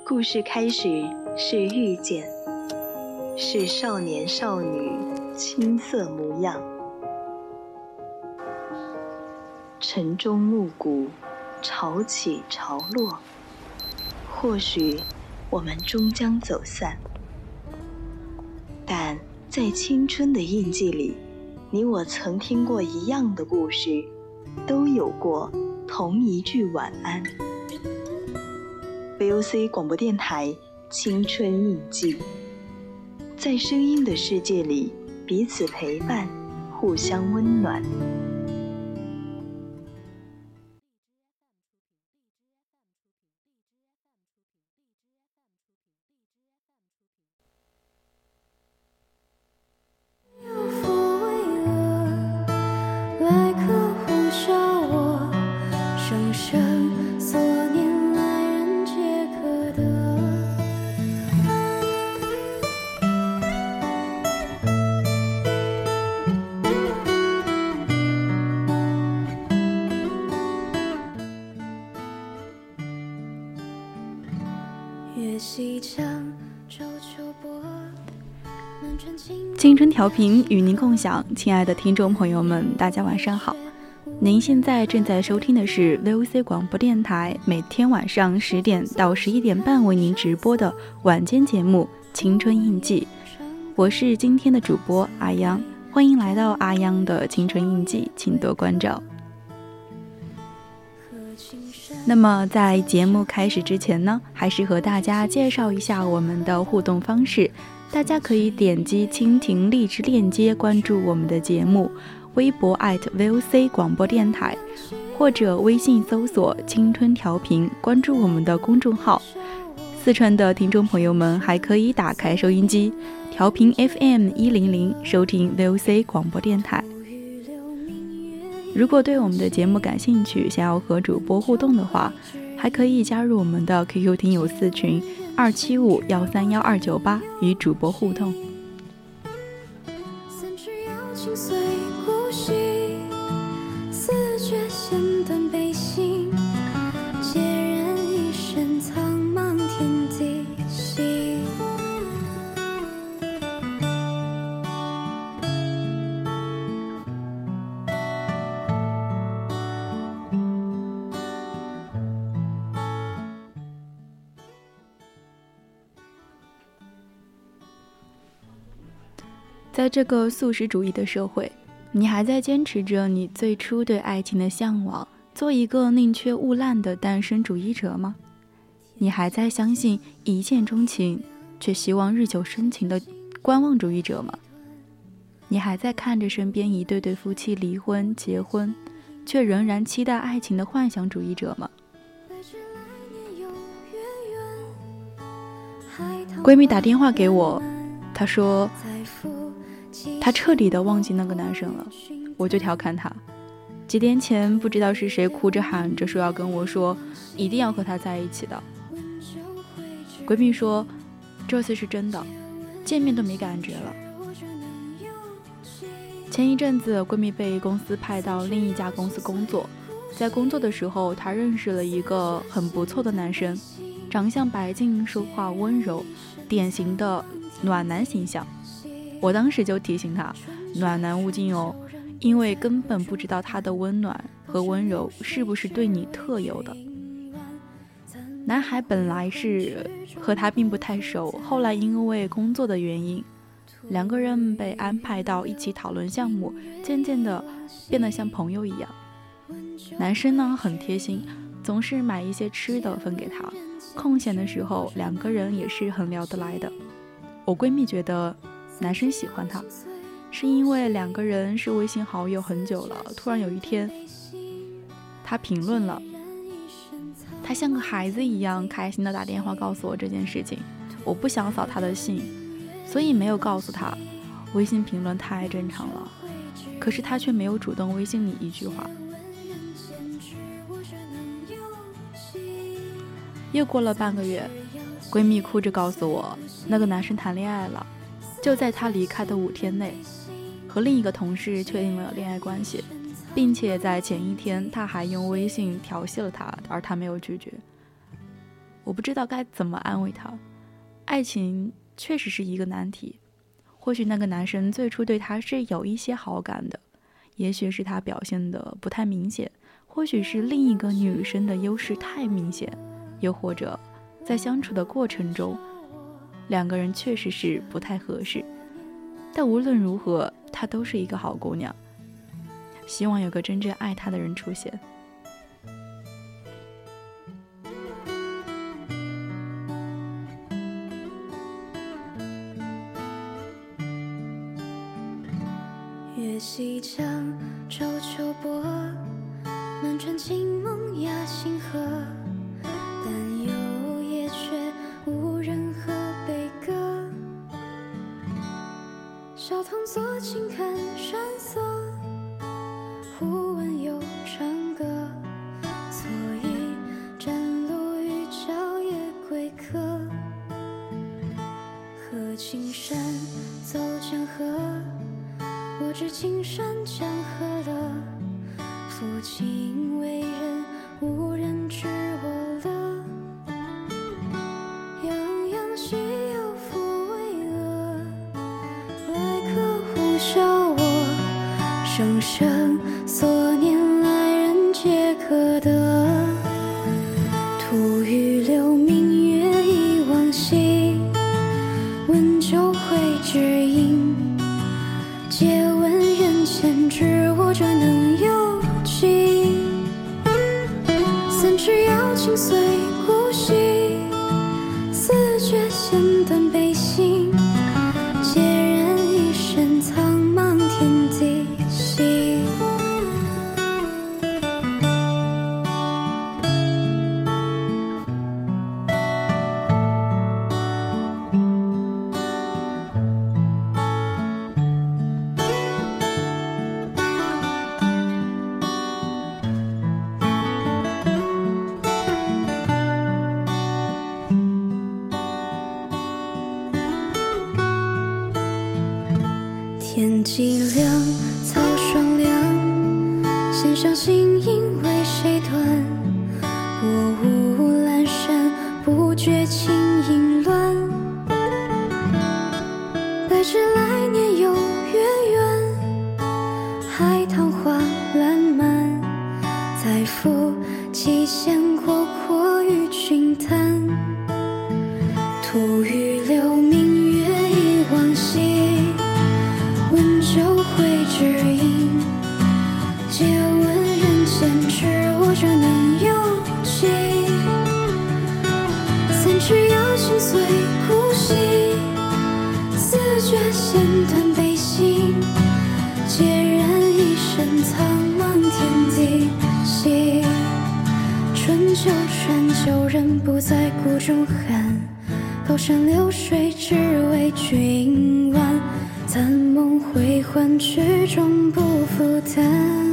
故事开始是遇见，是少年少女青涩模样，晨钟暮鼓，潮起潮落，或许我们终将走散，但在青春的印记里，你我曾听过一样的故事，都有过同一句晚安。VOC 广播电台青春印记，在声音的世界里彼此陪伴，互相温暖。 青春调频与您共享，亲爱的听众朋友们，大家晚上好。您现在正在收听的是 VOC 广播电台每天晚上10点到11点半为您直播的晚间节目《青春印记》，我是今天的主播阿央，欢迎来到阿央的青春印记，请多关照。那么在节目开始之前呢，还是和大家介绍一下我们的互动方式。大家可以点击蜻蜓荔枝链接关注我们的节目，微博@VOC 广播电台，或者微信搜索青春调频关注我们的公众号。四川的听众朋友们还可以打开收音机调频 FM100 收听 VOC 广播电台。如果对我们的节目感兴趣，想要和主播互动的话，还可以加入我们的 QQ 听友4群275-131-298与主播互动。在这个素食主义的社会，你还在坚持着你最初对爱情的向往，做一个宁缺毋滥的单身主义者吗？你还在相信一见钟情，却希望日久生情的观望主义者吗？你还在看着身边一对对夫妻离婚结婚，却仍然期待爱情的幻想主义者吗？闺蜜打电话给我，她说她彻底的忘记那个男生了。我就调侃她，几天前不知道是谁哭着喊着说要跟我说一定要和他在一起的。闺蜜说这次是真的，见面都没感觉了。前一阵子闺蜜被公司派到另一家公司工作，在工作的时候她认识了一个很不错的男生，长相白净，说话温柔，典型的暖男形象。我当时就提醒他，暖男勿近哦，因为根本不知道他的温暖和温柔是不是对你特有的。男孩本来是和他并不太熟，后来因为工作的原因，两个人被安排到一起讨论项目，渐渐的变得像朋友一样。男生呢很贴心，总是买一些吃的分给他，空闲的时候两个人也是很聊得来的。我闺蜜觉得男生喜欢她，是因为两个人是微信好友很久了，突然有一天她评论了，她像个孩子一样开心的打电话告诉我这件事情。我不想扫她的兴，所以没有告诉她。微信评论太正常了，可是她却没有主动微信里一句话。又过了半个月，闺蜜哭着告诉我，那个男生谈恋爱了，就在她离开的5天内，和另一个同事确定了恋爱关系，并且在前一天她还用微信调戏了他，而他没有拒绝。 我不知道该怎么安慰他。爱情确实是一个难题，或许那个男生最初对他是有一些好感的，也许是他表现得不太明显，或许是另一个女生的优势太明显，又或者在相处的过程中两个人确实是不太合适。但无论如何，她都是一个好姑娘，希望有个真正爱她的人出现。 月西江舟秋波，满船尽梦压星河，但有夜却无人和悲歌。小童坐轻看山色，忽闻有长歌，所以沾露与郊夜归客。和青山走江河，我知青山江河了，抚琴为人，无人知我乐。洋洋溪有复为恶，来客呼啸我，声声所念来人皆可得。徒欲留明月忆往昔，问酒会知音，借问人间知我者能有几？三尺瑶琴随故稀，四绝弦断悲心，孑然一身苍茫天地稀。天既凉，草霜凉，弦上新音为谁断？薄雾阑珊，不觉清音乱。待至来年有月圆，海棠花烂漫，再赴七弦阔阔与君谈。徒欲留明月忆往昔，问酒会知音，借问人间知我者能有几？三尺瑶琴随故稀，四绝弦断悲心，孑然一身苍茫天地稀。春秋传旧人不在谷中寒，高山流水只为君挽。残梦回还曲终不复弹，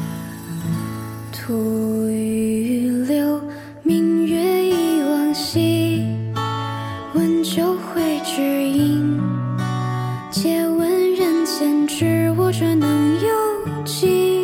徒欲留明月忆往昔，问酒会知音，借问人间知我者能有几？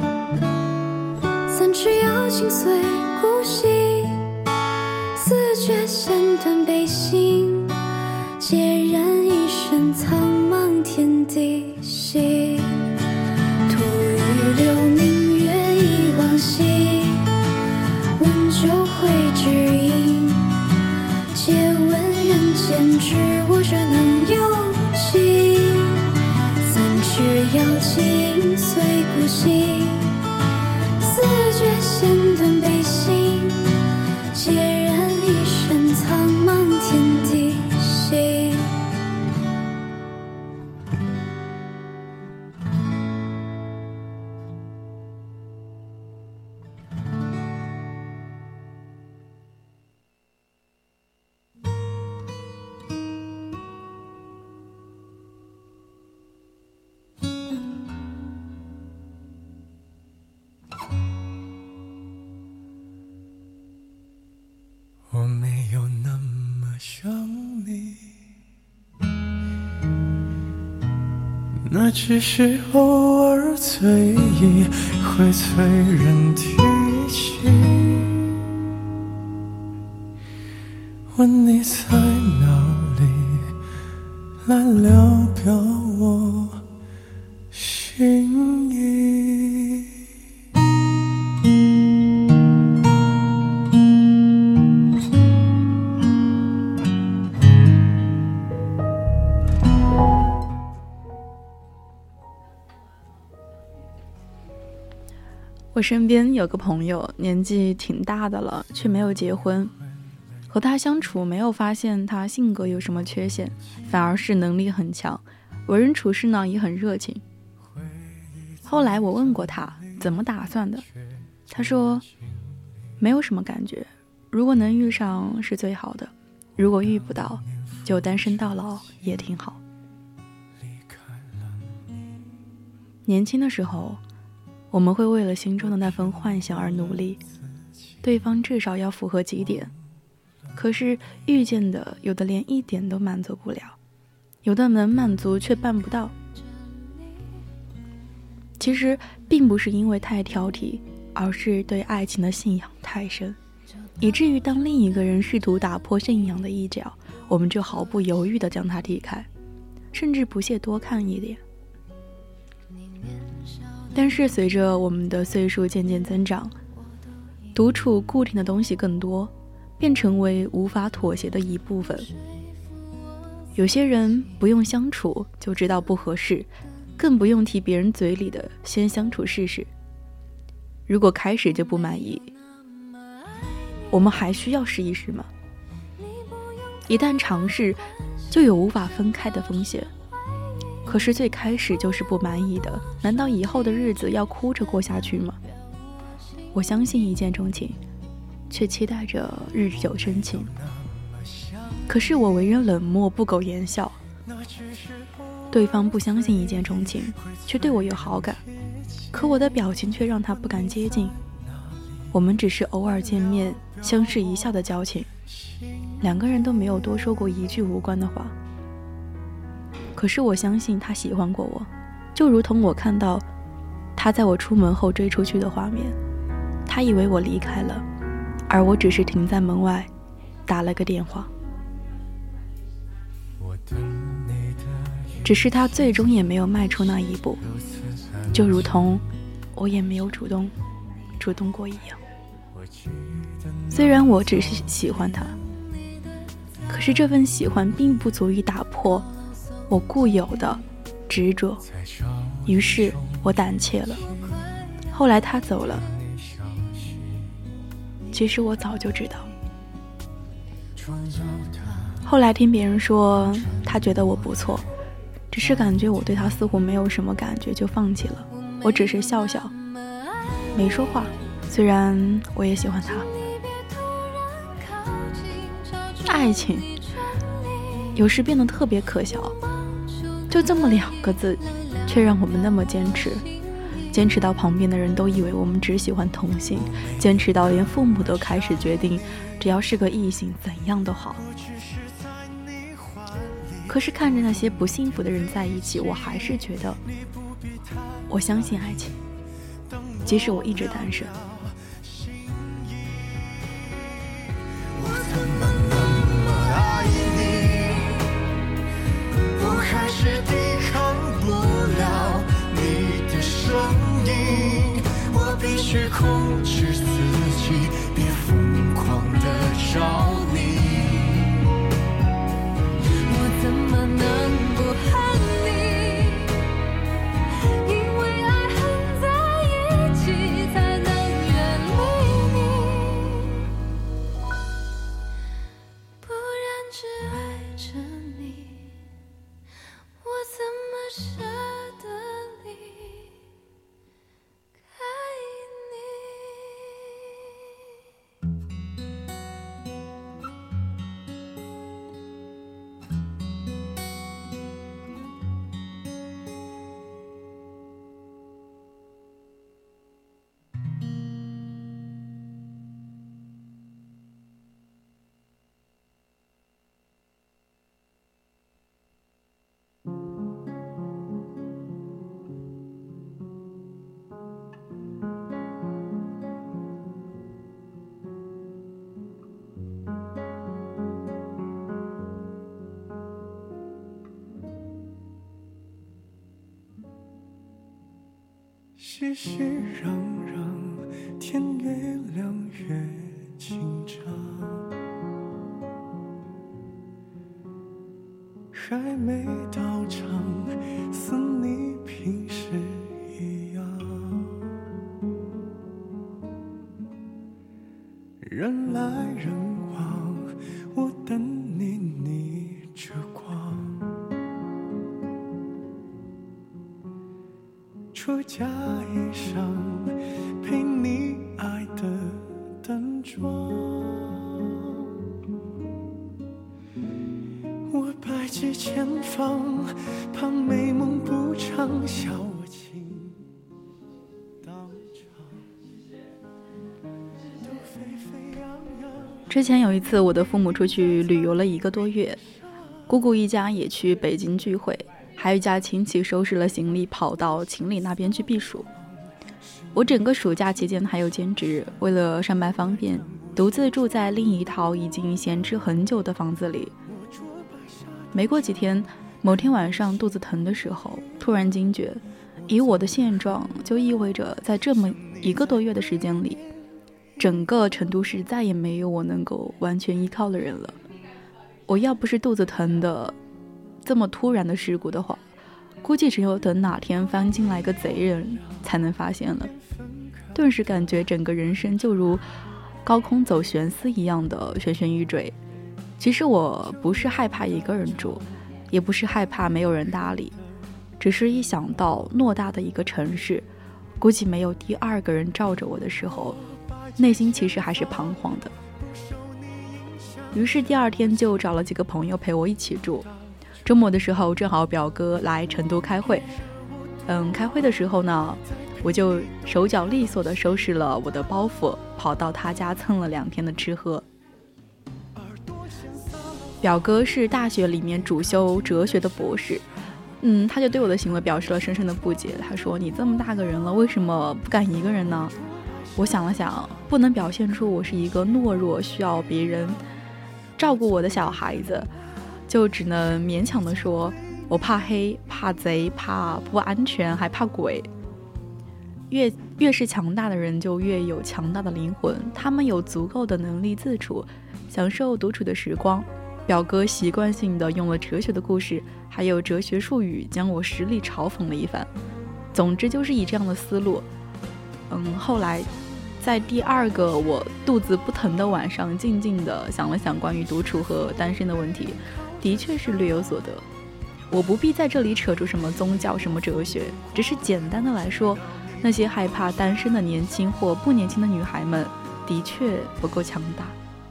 三尺瑶琴随故稀，四绝弦断悲心，孑然一身苍茫天地稀。徒欲留明月忆往昔，问酒会知音，借问人间知我者能有几？三尺瑶琴随故稀，四绝弦断悲心，孑然一身苍茫天地稀。 我没有那么想你，那只是偶尔醉意会催人提起。 问你在哪里，来聊表我心意。 我身边有个朋友，年纪挺大的了，却没有结婚。和他相处，没有发现他性格有什么缺陷，反而是能力很强，为人处事呢也很热情。后来我问过他怎么打算的，他说没有什么感觉，如果能遇上是最好的，如果遇不到，就单身到老也挺好。年轻的时候，我们会为了心中的那份幻想而努力，对方至少要符合几点。可是遇见的有的连一点都满足不了，有的能满足却办不到。其实并不是因为太挑剔，而是对爱情的信仰太深，以至于当另一个人试图打破信仰的一角，我们就毫不犹豫地将他踢开，甚至不屑多看一眼。但是随着我们的岁数渐渐增长，独处固定的东西更多，便成为无法妥协的一部分。有些人不用相处就知道不合适，更不用提别人嘴里的先相处试试。如果开始就不满意，我们还需要试一试吗？一旦尝试，就有无法分开的风险。可是最开始就是不满意的，难道以后的日子要哭着过下去吗？我相信一见钟情，却期待着日久生情。可是我为人冷漠，不苟言笑，对方不相信一见钟情，却对我有好感，可我的表情却让他不敢接近。我们只是偶尔见面，相视一笑的交情，两个人都没有多说过一句无关的话。可是我相信他喜欢过我，就如同我看到他在我出门后追出去的画面。他以为我离开了，而我只是停在门外打了个电话。只是他最终也没有迈出那一步，就如同我也没有主动过一样。虽然我只是喜欢他，可是这份喜欢并不足以打破我固有的执着，于是我胆怯了。后来他走了，其实我早就知道。后来听别人说他觉得我不错，只是感觉我对他似乎没有什么感觉，就放弃了。我只是笑笑，没说话。虽然我也喜欢他。爱情有时变得特别可笑，就这么2个字，却让我们那么坚持，坚持到旁边的人都以为我们只喜欢同性，坚持到连父母都开始决定，只要是个异性怎样都好。可是看着那些不幸福的人在一起，我还是觉得我相信爱情，即使我一直单身。 还是抵抗不了你的声音，我必须控制自己，别疯狂地找你。 我怎么能不恨你？因为爱恨在一起，才能远离你，不然只爱着你。我怎么舍得离开继续嚷嚷，天越亮越紧张，还没到场，似你平时一样，人来人往，我等你逆着光，出嫁衣裳陪你爱的淡妆，我百计千方，怕美梦不长，笑我情当场，都沸沸扬扬。 之前有一次，我的父母出去旅游了1个多月，姑姑一家也去北京聚会，还有一家亲戚收拾了行李跑到秦岭那边去避暑。我整个暑假期间还有兼职，为了上班方便，独自住在另一套已经闲置很久的房子里。没过几天，某天晚上肚子疼的时候，突然惊觉，以我的现状，就意味着在这么1个多月的时间里，整个成都市再也没有我能够完全依靠的人了。我要不是肚子疼的这么突然的事故的话，估计只有等哪天翻进来个贼人才能发现了。顿时感觉整个人生就如高空走悬丝一样的蠢蠢欲坠。其实我不是害怕一个人住，也不是害怕没有人搭理，只是一想到偌大的一个城市，估计没有第2个人罩着我的时候，内心其实还是彷徨的。于是第2天就找了几个朋友陪我一起住。周末的时候正好表哥来成都开会，开会的时候呢，我就手脚利索地收拾了我的包袱，跑到他家蹭了2天的吃喝。表哥是大学里面主修哲学的博士，他就对我的行为表示了深深的不解。他说：“你这么大个人了，为什么不敢一个人呢？”我想了想，不能表现出我是一个懦弱需要别人照顾我的小孩子，就只能勉强的说，我怕黑，怕贼，怕不安全，还怕鬼。越是强大的人就越有强大的灵魂，他们有足够的能力自处，享受独处的时光。表哥习惯性的用了哲学的故事还有哲学术语将我实力嘲讽了一番。总之就是以这样的思路，后来在第2个我肚子不疼的晚上，静静的想了想关于独处和单身的问题，的确是略有所得。我不必在这里扯出什么宗教什么哲学，只是简单的来说，那些害怕单身的年轻或不年轻的女孩们的确不够强大。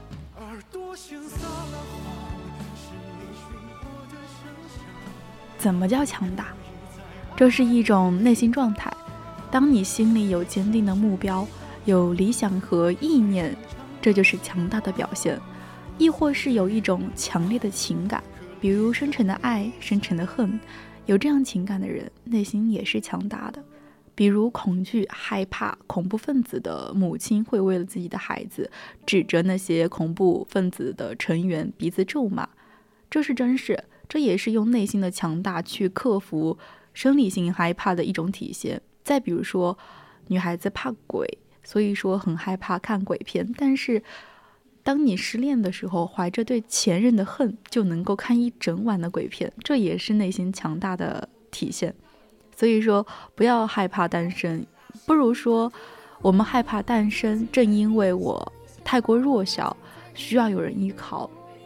怎么叫强大？这是一种内心状态。当你心里有坚定的目标，有理想和意念，这就是强大的表现。亦或是有一种强烈的情感，比如深沉的爱，深沉的恨。有这样情感的人，内心也是强大的。比如恐惧、害怕恐怖分子的母亲会为了自己的孩子指着那些恐怖分子的成员鼻子咒骂，这是真事，这也是用内心的强大去克服生理性害怕的一种体现。再比如说，女孩子怕鬼，所以说很害怕看鬼片，但是当你失恋的时候，怀着对前任的恨，就能够看一整晚的鬼片，这也是内心强大的体现。所以说不要害怕单身，不如说我们害怕单身，正因为我太过弱小，需要有人依靠。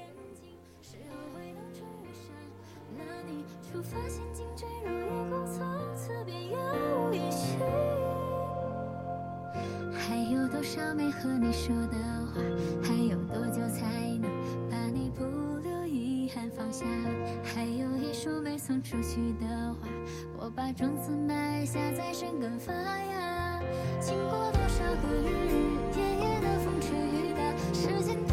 还有多少没和你说的话，还有多久才能把你不留遗憾放下，还有一束没送出去的花，我把种子埋下在生根发芽。经过多少个日日夜夜的风吹雨打，时间